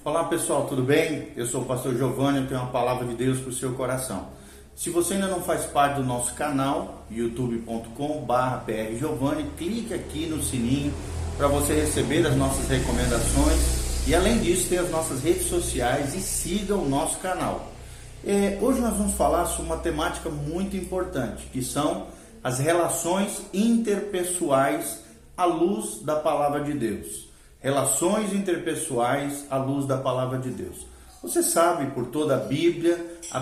Olá pessoal, tudo bem? Eu sou o pastor Giovanni, eu tenho uma palavra de Deus para o seu coração. Se você ainda não faz parte do nosso canal, youtube.com/prgiovanni, clique aqui no sininho para você receber as nossas recomendações e além disso tem as nossas redes sociais e siga o nosso canal. Hoje nós vamos falar sobre uma temática muito importante, que são as relações interpessoais à luz da palavra de Deus. Relações interpessoais à luz da palavra de Deus. Você sabe, por toda a Bíblia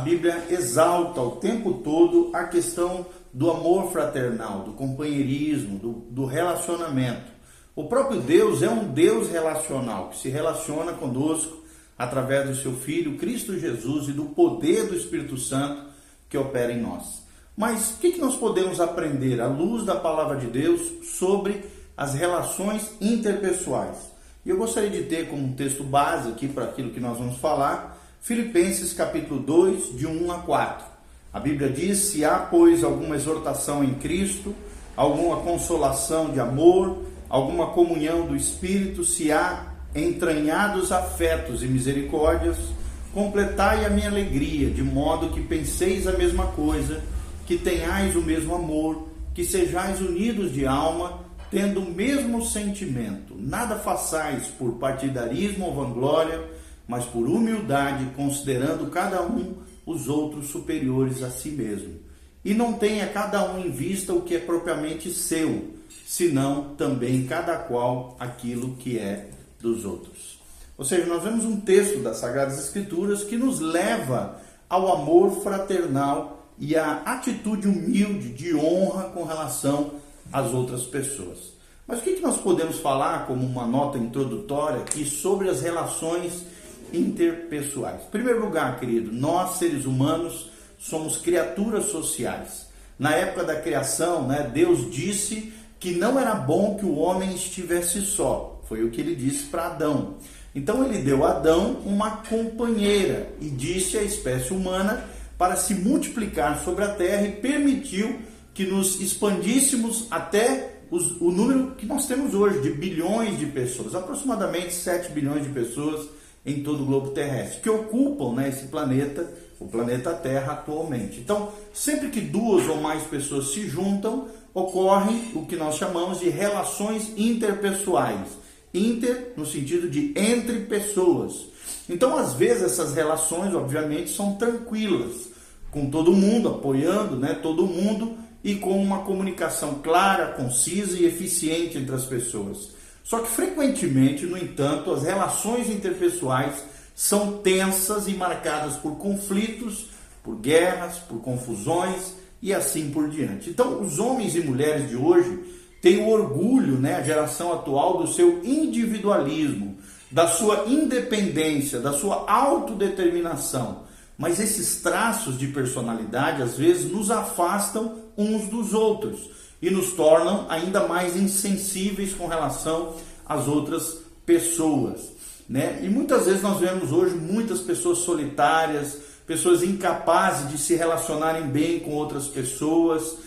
exalta o tempo todo a questão do amor fraternal, do companheirismo, do relacionamento. O próprio Deus é um Deus relacional, que se relaciona conosco através do seu Filho, Cristo Jesus, e do poder do Espírito Santo que opera em nós. Mas o que nós podemos aprender à luz da palavra de Deus sobre as relações interpessoais? E eu gostaria de ter como texto base aqui para aquilo que nós vamos falar, Filipenses capítulo 2, de 1 a 4. A Bíblia diz: se há, pois, alguma exortação em Cristo, alguma consolação de amor, alguma comunhão do Espírito, se há entranhados afetos e misericórdias, completai a minha alegria, de modo que penseis a mesma coisa, que tenhais o mesmo amor, que sejais unidos de alma, tendo o mesmo sentimento. Nada façais por partidarismo ou vanglória, mas por humildade, considerando cada um os outros superiores a si mesmo. E não tenha cada um em vista o que é propriamente seu, senão também cada qual aquilo que é dos outros. Ou seja, nós vemos um texto das Sagradas Escrituras que nos leva ao amor fraternal e à atitude humilde de honra com relação às outras pessoas. Mas o que nós podemos falar como uma nota introdutória aqui sobre as relações interpessoais? Em primeiro lugar, querido, nós seres humanos somos criaturas sociais. Na época da criação, Deus disse que não era bom que o homem estivesse só. Foi o que ele disse para Adão. Então ele deu a Adão uma companheira e disse à espécie humana para se multiplicar sobre a terra e permitiu que nos expandíssemos até o número que nós temos hoje, de bilhões de pessoas, aproximadamente 7 bilhões de pessoas em todo o globo terrestre, que ocupam esse planeta, o planeta Terra atualmente. Então, sempre que duas ou mais pessoas se juntam, ocorre o que nós chamamos de relações interpessoais. Inter, no sentido de entre pessoas. Então, às vezes, essas relações, obviamente, são tranquilas, com todo mundo, apoiando todo mundo, e com uma comunicação clara, concisa e eficiente entre as pessoas. Só que frequentemente, no entanto, as relações interpessoais são tensas e marcadas por conflitos, por guerras, por confusões e assim por diante. Então, os homens e mulheres de hoje têm o orgulho, a geração atual, do seu individualismo, da sua independência, da sua autodeterminação. Mas esses traços de personalidade, às vezes, nos afastam uns dos outros e nos tornam ainda mais insensíveis com relação às outras pessoas, E muitas vezes nós vemos hoje muitas pessoas solitárias, pessoas incapazes de se relacionarem bem com outras pessoas,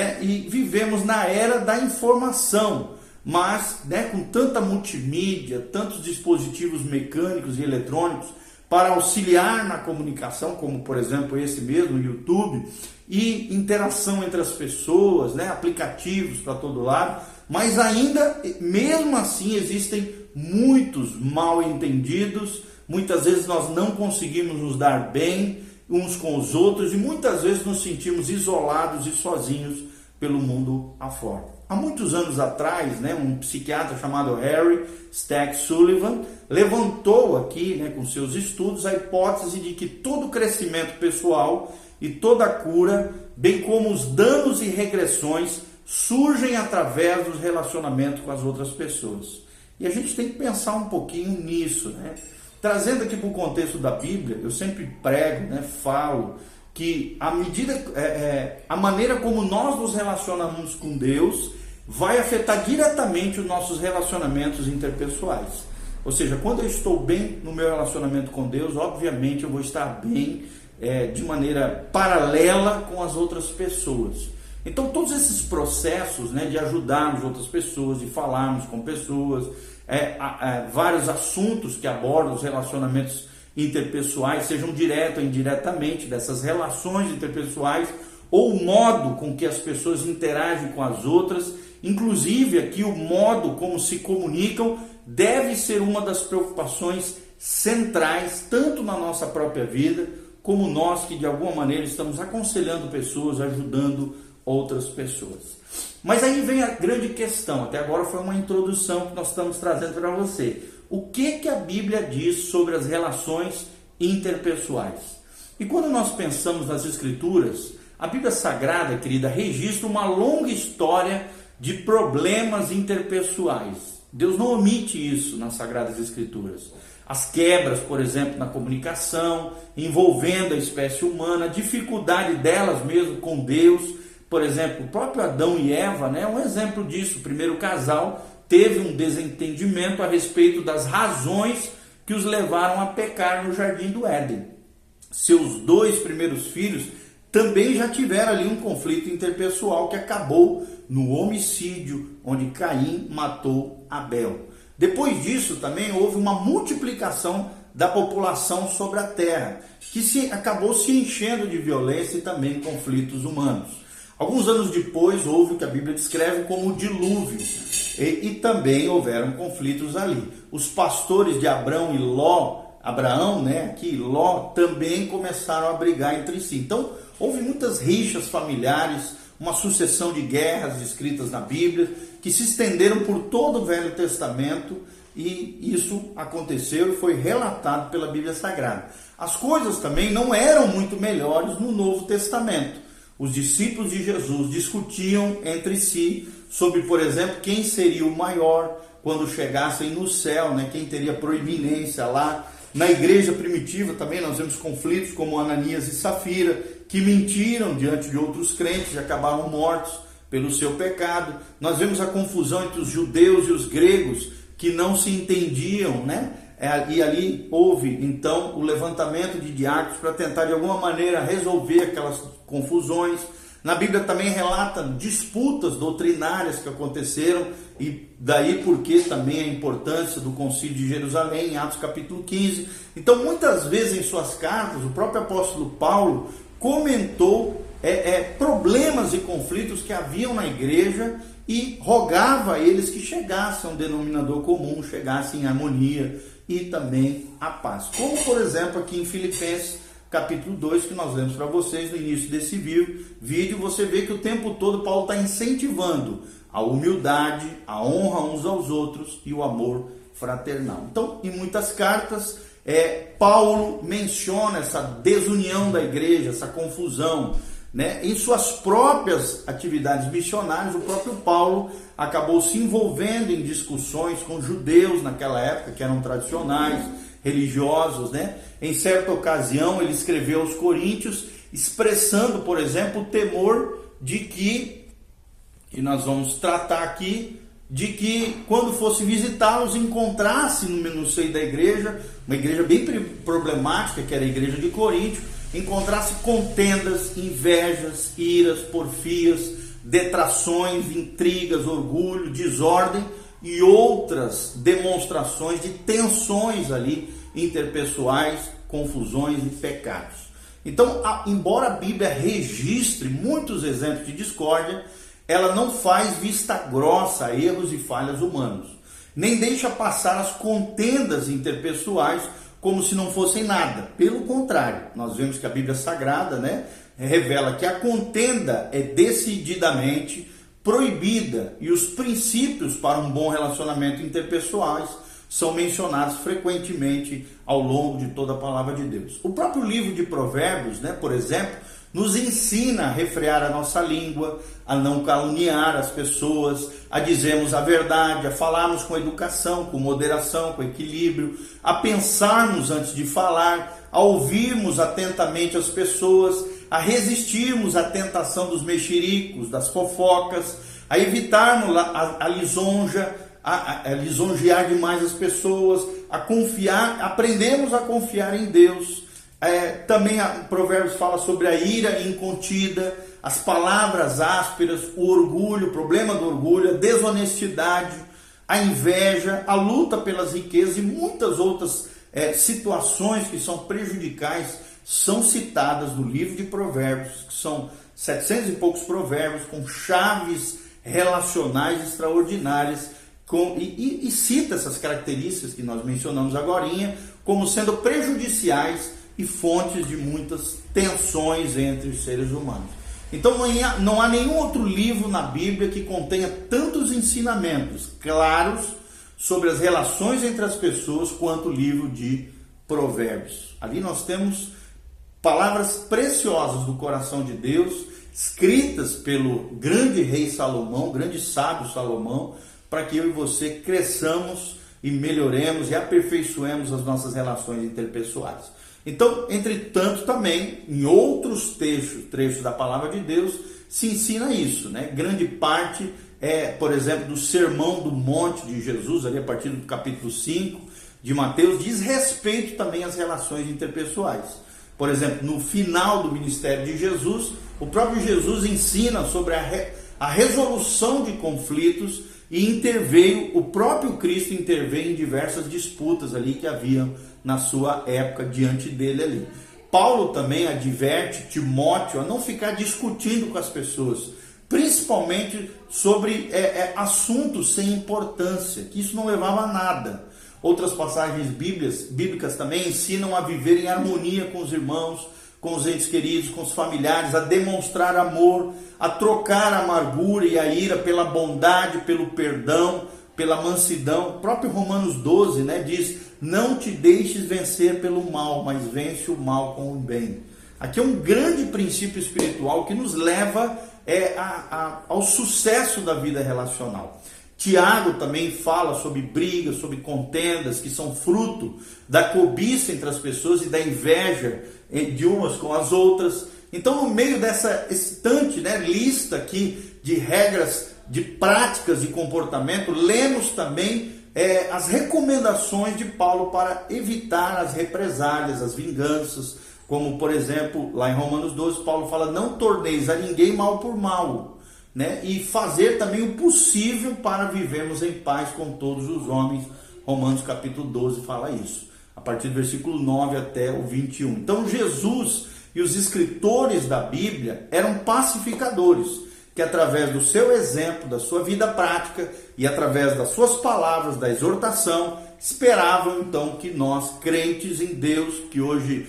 E vivemos na era da informação, mas com tanta multimídia, tantos dispositivos mecânicos e eletrônicos para auxiliar na comunicação, como por exemplo esse mesmo, o YouTube, e interação entre as pessoas, aplicativos para todo lado, mas ainda, mesmo assim, existem muitos mal entendidos, muitas vezes nós não conseguimos nos dar bem uns com os outros e muitas vezes nos sentimos isolados e sozinhos pelo mundo afora. Há muitos anos atrás, um psiquiatra chamado Harry Stack Sullivan levantou aqui, com seus estudos, a hipótese de que todo crescimento pessoal e toda cura, bem como os danos e regressões, surgem através dos relacionamentos com as outras pessoas. E a gente tem que pensar um pouquinho nisso, Trazendo aqui para o contexto da Bíblia, eu sempre prego, falo que a maneira como nós nos relacionamos com Deus vai afetar diretamente os nossos relacionamentos interpessoais. Ou seja, quando eu estou bem no meu relacionamento com Deus, obviamente eu vou estar bem de maneira paralela com as outras pessoas. Então todos esses processos, né, de ajudarmos outras pessoas, de falarmos com pessoas, vários assuntos que abordam os relacionamentos interpessoais, sejam direto ou indiretamente dessas relações interpessoais, ou o modo com que as pessoas interagem com as outras, inclusive aqui o modo como se comunicam, deve ser uma das preocupações centrais, tanto na nossa própria vida, como nós que de alguma maneira estamos aconselhando pessoas, ajudando outras pessoas. Mas aí vem a grande questão, até agora foi uma introdução que nós estamos trazendo para você. O que a Bíblia diz sobre as relações interpessoais? E quando nós pensamos nas Escrituras, a Bíblia Sagrada, querida, registra uma longa história de problemas interpessoais. Deus não omite isso nas Sagradas Escrituras. As quebras, por exemplo, na comunicação, envolvendo a espécie humana, a dificuldade delas mesmo com Deus. Por exemplo, o próprio Adão e Eva, né, é um exemplo disso. O primeiro casal teve um desentendimento a respeito das razões que os levaram a pecar no Jardim do Éden. Seus 2 primeiros filhos também já tiveram ali um conflito interpessoal que acabou no homicídio, onde Caim matou Abel. Depois disso também houve uma multiplicação da população sobre a terra, que acabou se enchendo de violência e também conflitos humanos. Alguns anos depois houve o que a Bíblia descreve como o dilúvio, e também houveram conflitos ali. Os pastores de Abraão, né, aqui Ló, também começaram a brigar entre si. Então houve muitas rixas familiares, uma sucessão de guerras descritas na Bíblia, que se estenderam por todo o Velho Testamento, e isso aconteceu e foi relatado pela Bíblia Sagrada. As coisas também não eram muito melhores no Novo Testamento. Os discípulos de Jesus discutiam entre si sobre, por exemplo, quem seria o maior quando chegassem no céu, né? Quem teria proeminência lá. Na igreja primitiva também nós vemos conflitos como Ananias e Safira, que mentiram diante de outros crentes e acabaram mortos pelo seu pecado. Nós vemos a confusão entre os judeus e os gregos, que não se entendiam, né? E ali houve então o levantamento de diáconos para tentar de alguma maneira resolver aquelas confusões. Na Bíblia também relata disputas doutrinárias que aconteceram, e daí porque também a importância do Concílio de Jerusalém, em Atos capítulo 15. Então muitas vezes em suas cartas, o próprio apóstolo Paulo comentou problemas e conflitos que haviam na igreja e rogava a eles que chegassem a um denominador comum, chegassem em harmonia e também a paz. Como por exemplo aqui em Filipenses capítulo 2, que nós lemos para vocês no início desse vídeo, você vê que o tempo todo Paulo está incentivando a humildade, a honra uns aos outros e o amor fraternal. Então, em muitas cartas, Paulo menciona essa desunião da igreja, essa confusão, né? Em suas próprias atividades missionárias, o próprio Paulo acabou se envolvendo em discussões com judeus naquela época, que eram tradicionais, religiosos, né? Em certa ocasião ele escreveu aos Coríntios, expressando, por exemplo, o temor de que, e nós vamos tratar aqui, de que quando fosse visitá-los, encontrasse no seio da igreja, uma igreja bem problemática, que era a igreja de Coríntio, encontrasse contendas, invejas, iras, porfias, detrações, intrigas, orgulho, desordem e outras demonstrações de tensões ali interpessoais, confusões e pecados. Então, embora a Bíblia registre muitos exemplos de discórdia, ela não faz vista grossa a erros e falhas humanos, nem deixa passar as contendas interpessoais como se não fossem nada. Pelo contrário, nós vemos que a Bíblia Sagrada, né, revela que a contenda é decididamente proibida e os princípios para um bom relacionamento interpessoais são mencionados frequentemente ao longo de toda a palavra de Deus. O próprio livro de Provérbios, né, por exemplo, nos ensina a refrear a nossa língua, a não caluniar as pessoas, a dizermos a verdade, a falarmos com educação, com moderação, com equilíbrio, a pensarmos antes de falar, a ouvirmos atentamente as pessoas, a resistirmos à tentação dos mexericos, das fofocas, a evitarmos a lisonja, a lisonjear demais as pessoas, a confiar, aprendemos a confiar em Deus. Também Provérbios fala sobre a ira incontida, as palavras ásperas, o orgulho, o problema do orgulho, a desonestidade, a inveja, a luta pelas riquezas e muitas outras situações que são prejudicais são citadas no livro de Provérbios, que são 700 e poucos provérbios com chaves relacionais extraordinárias e cita essas características que nós mencionamos agorinha como sendo prejudiciais e fontes de muitas tensões entre os seres humanos. Então não há nenhum outro livro na Bíblia que contenha tantos ensinamentos claros sobre as relações entre as pessoas quanto o livro de Provérbios. Ali nós temos palavras preciosas do coração de Deus, escritas pelo grande rei Salomão, grande sábio Salomão, para que eu e você cresçamos e melhoremos e aperfeiçoemos as nossas relações interpessoais. Então, entretanto, também em outros trechos da palavra de Deus se ensina isso, né? Grande parte por exemplo, do Sermão do Monte de Jesus, ali a partir do capítulo 5 de Mateus, diz respeito também às relações interpessoais. Por exemplo, no final do ministério de Jesus, o próprio Jesus ensina sobre a resolução de conflitos e o próprio Cristo interveio em diversas disputas ali que haviam na sua época diante dele ali. Paulo também adverte Timóteo a não ficar discutindo com as pessoas, principalmente sobre assuntos sem importância, que isso não levava a nada. Outras passagens bíblicas também ensinam a viver em harmonia com os irmãos, com os entes queridos, com os familiares, a demonstrar amor, a trocar a amargura e a ira pela bondade, pelo perdão, pela mansidão. O próprio Romanos 12, diz: não te deixes vencer pelo mal, mas vence o mal com o bem. Aqui é um grande princípio espiritual que nos leva ao sucesso da vida relacional. Tiago também fala sobre brigas, sobre contendas que são fruto da cobiça entre as pessoas e da inveja de umas com as outras. Então, no meio dessa estante, lista aqui de regras, de práticas de comportamento, lemos também as recomendações de Paulo para evitar as represálias, as vinganças, como por exemplo, lá em Romanos 12, Paulo fala: não torneis a ninguém mal por mal, e fazer também o possível para vivermos em paz com todos os homens. Romanos capítulo 12 fala isso, a partir do versículo 9 até o 21. Então Jesus e os escritores da Bíblia eram pacificadores, que através do seu exemplo, da sua vida prática e através das suas palavras, da exortação, esperavam então que nós, crentes em Deus, que hoje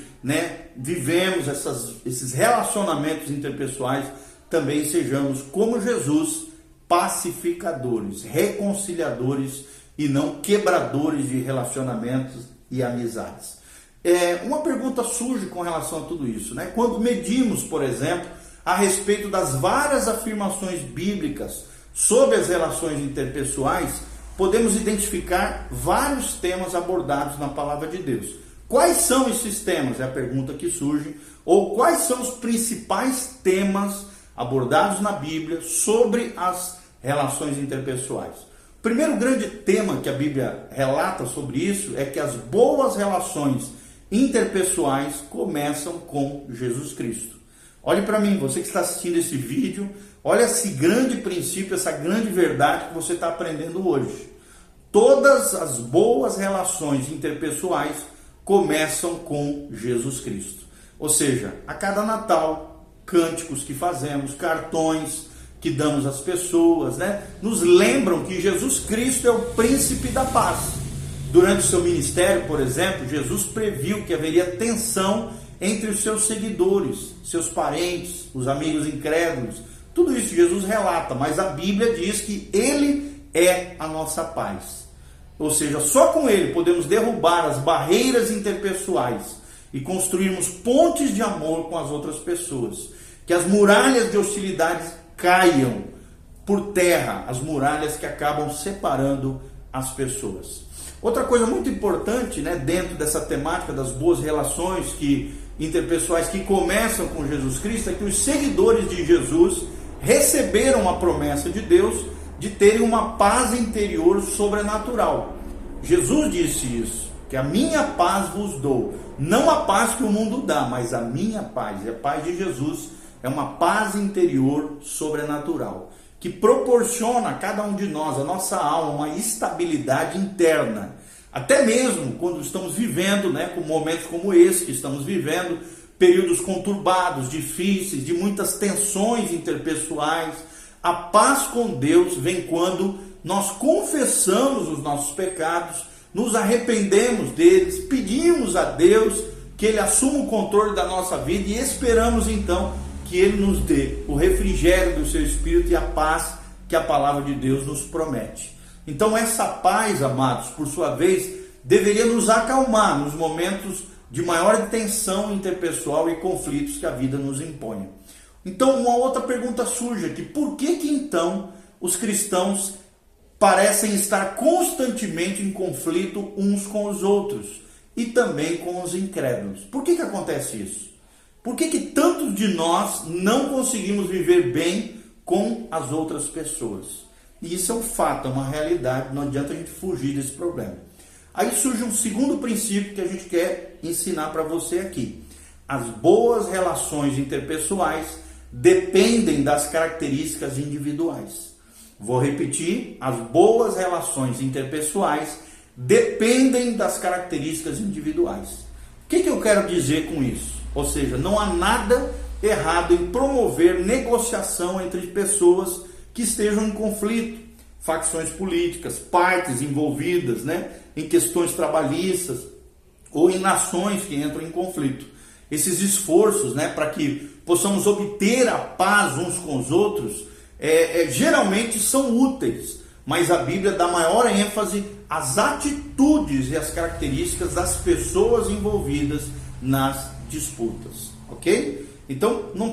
vivemos esses relacionamentos interpessoais, também sejamos como Jesus, pacificadores, reconciliadores e não quebradores de relacionamentos e amizades. Uma pergunta surge com relação a tudo isso, Quando medimos, por exemplo, a respeito das várias afirmações bíblicas sobre as relações interpessoais, podemos identificar vários temas abordados na palavra de Deus. Quais são esses temas? É a pergunta que surge. Ou quais são os principais temas abordados na Bíblia sobre as relações interpessoais? O primeiro grande tema que a Bíblia relata sobre isso é que as boas relações interpessoais começam com Jesus Cristo. Olhe para mim, você que está assistindo esse vídeo, olha esse grande princípio, essa grande verdade que você está aprendendo hoje. Todas as boas relações interpessoais começam com Jesus Cristo. Ou seja, a cada Natal, cânticos que fazemos, cartões que damos às pessoas, nos lembram que Jesus Cristo é o príncipe da paz. Durante o seu ministério, por exemplo, Jesus previu que haveria tensão entre os seus seguidores, seus parentes, os amigos incrédulos. Tudo isso Jesus relata, mas a Bíblia diz que Ele é a nossa paz. Ou seja, só com Ele podemos derrubar as barreiras interpessoais e construirmos pontes de amor com as outras pessoas. Que as muralhas de hostilidades caiam por terra, as muralhas que acabam separando as pessoas. Outra coisa muito importante, dentro dessa temática das boas relações interpessoais que começam com Jesus Cristo, é que os seguidores de Jesus receberam a promessa de Deus de terem uma paz interior sobrenatural. Jesus disse isso, que a minha paz vos dou, não a paz que o mundo dá, mas a minha paz. E a paz de Jesus é uma paz interior sobrenatural, que proporciona a cada um de nós, a nossa alma, uma estabilidade interna. Até mesmo quando estamos vivendo, com momentos como esse que estamos vivendo, períodos conturbados, difíceis, de muitas tensões interpessoais, a paz com Deus vem quando nós confessamos os nossos pecados, nos arrependemos deles, pedimos a Deus que Ele assuma o controle da nossa vida e esperamos então que Ele nos dê o refrigério do seu Espírito e a paz que a palavra de Deus nos promete. Então essa paz, amados, por sua vez, deveria nos acalmar nos momentos de maior tensão interpessoal e conflitos que a vida nos impõe. Então uma outra pergunta surge aqui: por que então os cristãos parecem estar constantemente em conflito uns com os outros e também com os incrédulos? Por que acontece isso? Por que tantos de nós não conseguimos viver bem com as outras pessoas? E isso é um fato, é uma realidade, não adianta a gente fugir desse problema. Aí surge um segundo princípio que a gente quer ensinar para você aqui. As boas relações interpessoais dependem das características individuais. Vou repetir: as boas relações interpessoais dependem das características individuais. O que eu quero dizer com isso? Ou seja, não há nada errado em promover negociação entre pessoas que estejam em conflito, facções políticas, partes envolvidas, em questões trabalhistas ou em nações que entram em conflito. Esses esforços, para que possamos obter a paz uns com os outros, geralmente são úteis, mas a Bíblia dá maior ênfase às atitudes e às características das pessoas envolvidas nas disputas, ok? Então não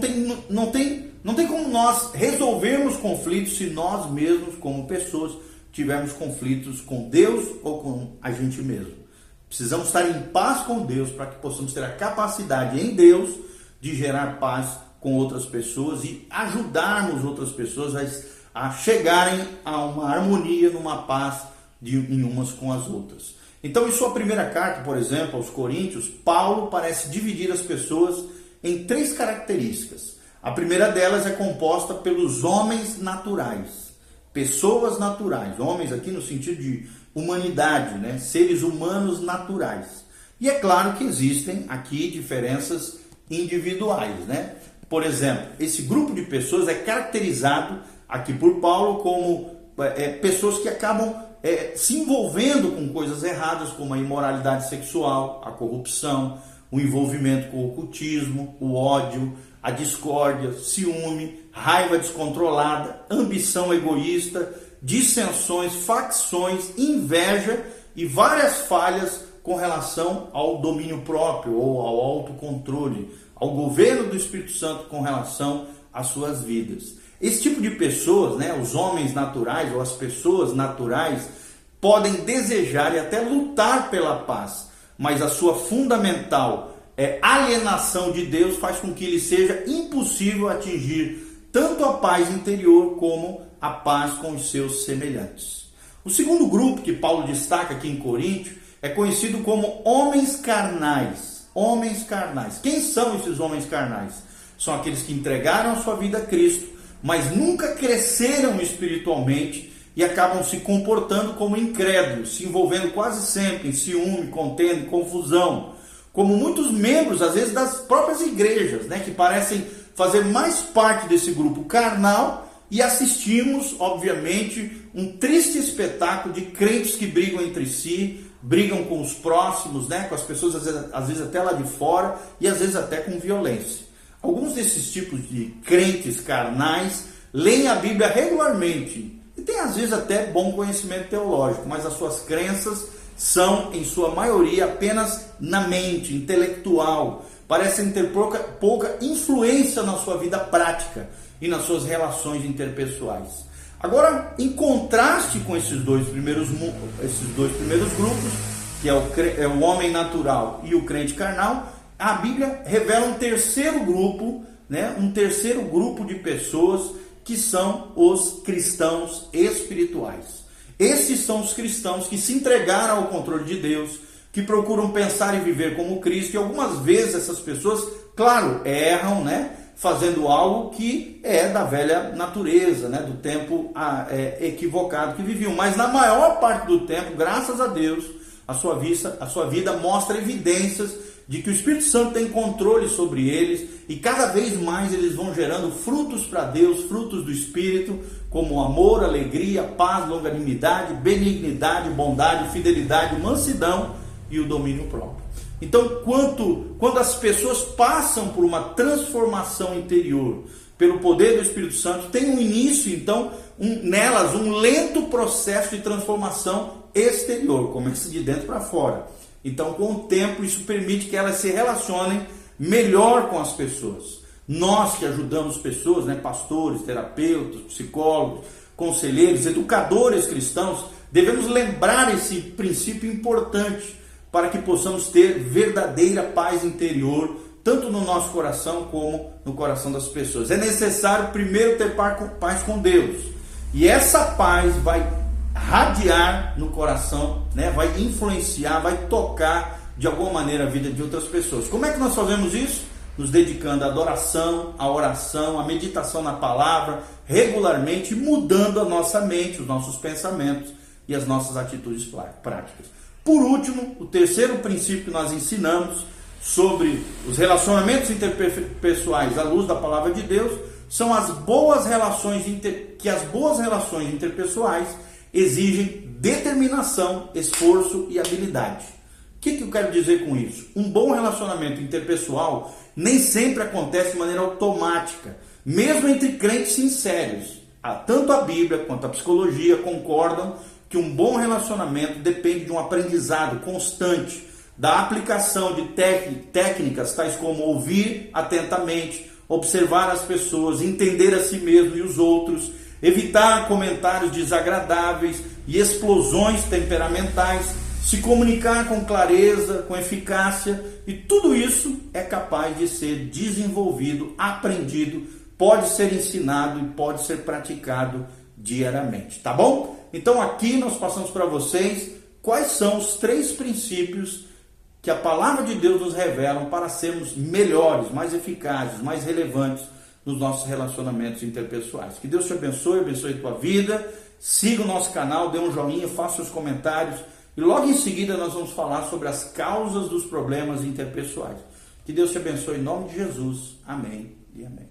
tem como nós resolvermos conflitos se nós mesmos, como pessoas, tivermos conflitos com Deus ou com a gente mesmo. Precisamos estar em paz com Deus para que possamos ter a capacidade em Deus de gerar paz com outras pessoas e ajudarmos outras pessoas a chegarem a uma harmonia, numa paz em umas com as outras. Então, em sua primeira carta, por exemplo, aos Coríntios, Paulo parece dividir as pessoas em 3 características. A primeira delas é composta pelos homens naturais, pessoas naturais, homens aqui no sentido de humanidade, seres humanos naturais. E é claro que existem aqui diferenças individuais, Por exemplo, esse grupo de pessoas é caracterizado aqui por Paulo como pessoas que acabam se envolvendo com coisas erradas, como a imoralidade sexual, a corrupção, o envolvimento com o ocultismo, o ódio, a discórdia, ciúme, raiva descontrolada, ambição egoísta, dissensões, facções, inveja e várias falhas com relação ao domínio próprio ou ao autocontrole, ao governo do Espírito Santo com relação às suas vidas. Esse tipo de pessoas, os homens naturais ou as pessoas naturais, podem desejar e até lutar pela paz, mas a sua fundamental alienação de Deus faz com que lhe seja impossível atingir tanto a paz interior como a paz com os seus semelhantes. O segundo grupo que Paulo destaca aqui em Coríntio é conhecido como homens carnais. Homens carnais. Quem são esses homens carnais? São aqueles que entregaram a sua vida a Cristo, mas nunca cresceram espiritualmente e acabam se comportando como incrédulos, se envolvendo quase sempre em ciúme, contenda, confusão. Como muitos membros, às vezes, das próprias igrejas, que parecem fazer mais parte desse grupo carnal, e assistimos, obviamente, um triste espetáculo de crentes que brigam entre si, brigam com os próximos, com as pessoas, às vezes até lá de fora, e às vezes até com violência. Alguns desses tipos de crentes carnais leem a Bíblia regularmente e têm às vezes até bom conhecimento teológico, mas as suas crenças são, em sua maioria, apenas na mente, intelectual. Parecem ter pouca influência na sua vida prática e nas suas relações interpessoais. Agora, em contraste com esses dois primeiros grupos, que é o homem natural e o crente carnal, a Bíblia revela um terceiro grupo, um terceiro grupo de pessoas que são os cristãos espirituais. Esses são os cristãos que se entregaram ao controle de Deus, que procuram pensar e viver como Cristo, e algumas vezes essas pessoas, claro, erram, fazendo algo que é da velha natureza, né, do tempo equivocado que viviam. Mas na maior parte do tempo, graças a Deus, a sua vida mostra evidências de que o Espírito Santo tem controle sobre eles e cada vez mais eles vão gerando frutos para Deus, frutos do Espírito, como amor, alegria, paz, longanimidade, benignidade, bondade, fidelidade, mansidão e o domínio próprio. Então, quando as pessoas passam por uma transformação interior, pelo poder do Espírito Santo, tem um início, então, nelas, um lento processo de transformação exterior, começa de dentro para fora. Então, com o tempo, isso permite que elas se relacionem melhor com as pessoas. Nós que ajudamos pessoas, né, pastores, terapeutas, psicólogos, conselheiros, educadores cristãos, devemos lembrar esse princípio importante para que possamos ter verdadeira paz interior, tanto no nosso coração como no coração das pessoas. É necessário primeiro ter paz com Deus. E essa paz vai radiar no coração, né? Vai influenciar, vai tocar de alguma maneira a vida de outras pessoas. Como é que nós fazemos isso? Nos dedicando à adoração, à oração, à meditação na palavra, regularmente, mudando a nossa mente, os nossos pensamentos e as nossas atitudes práticas. Por último, o terceiro princípio que nós ensinamos sobre os relacionamentos interpessoais à luz da palavra de Deus são as boas relações interpessoais exigem determinação, esforço e habilidade. O que eu quero dizer com isso? Um bom relacionamento interpessoal nem sempre acontece de maneira automática, mesmo entre crentes sinceros. Tanto a Bíblia quanto a psicologia concordam que um bom relacionamento depende de um aprendizado constante, da aplicação de técnicas tais como ouvir atentamente, observar as pessoas, entender a si mesmo e os outros, evitar comentários desagradáveis e explosões temperamentais, se comunicar com clareza, com eficácia, e tudo isso é capaz de ser desenvolvido, aprendido, pode ser ensinado e pode ser praticado diariamente, tá bom? Então aqui nós passamos para vocês quais são os 3 princípios que a palavra de Deus nos revela para sermos melhores, mais eficazes, mais relevantes nos nossos relacionamentos interpessoais. Que Deus te abençoe a tua vida, siga o nosso canal, dê um joinha, faça os comentários e logo em seguida nós vamos falar sobre as causas dos problemas interpessoais. Que Deus te abençoe em nome de Jesus. Amém e amém.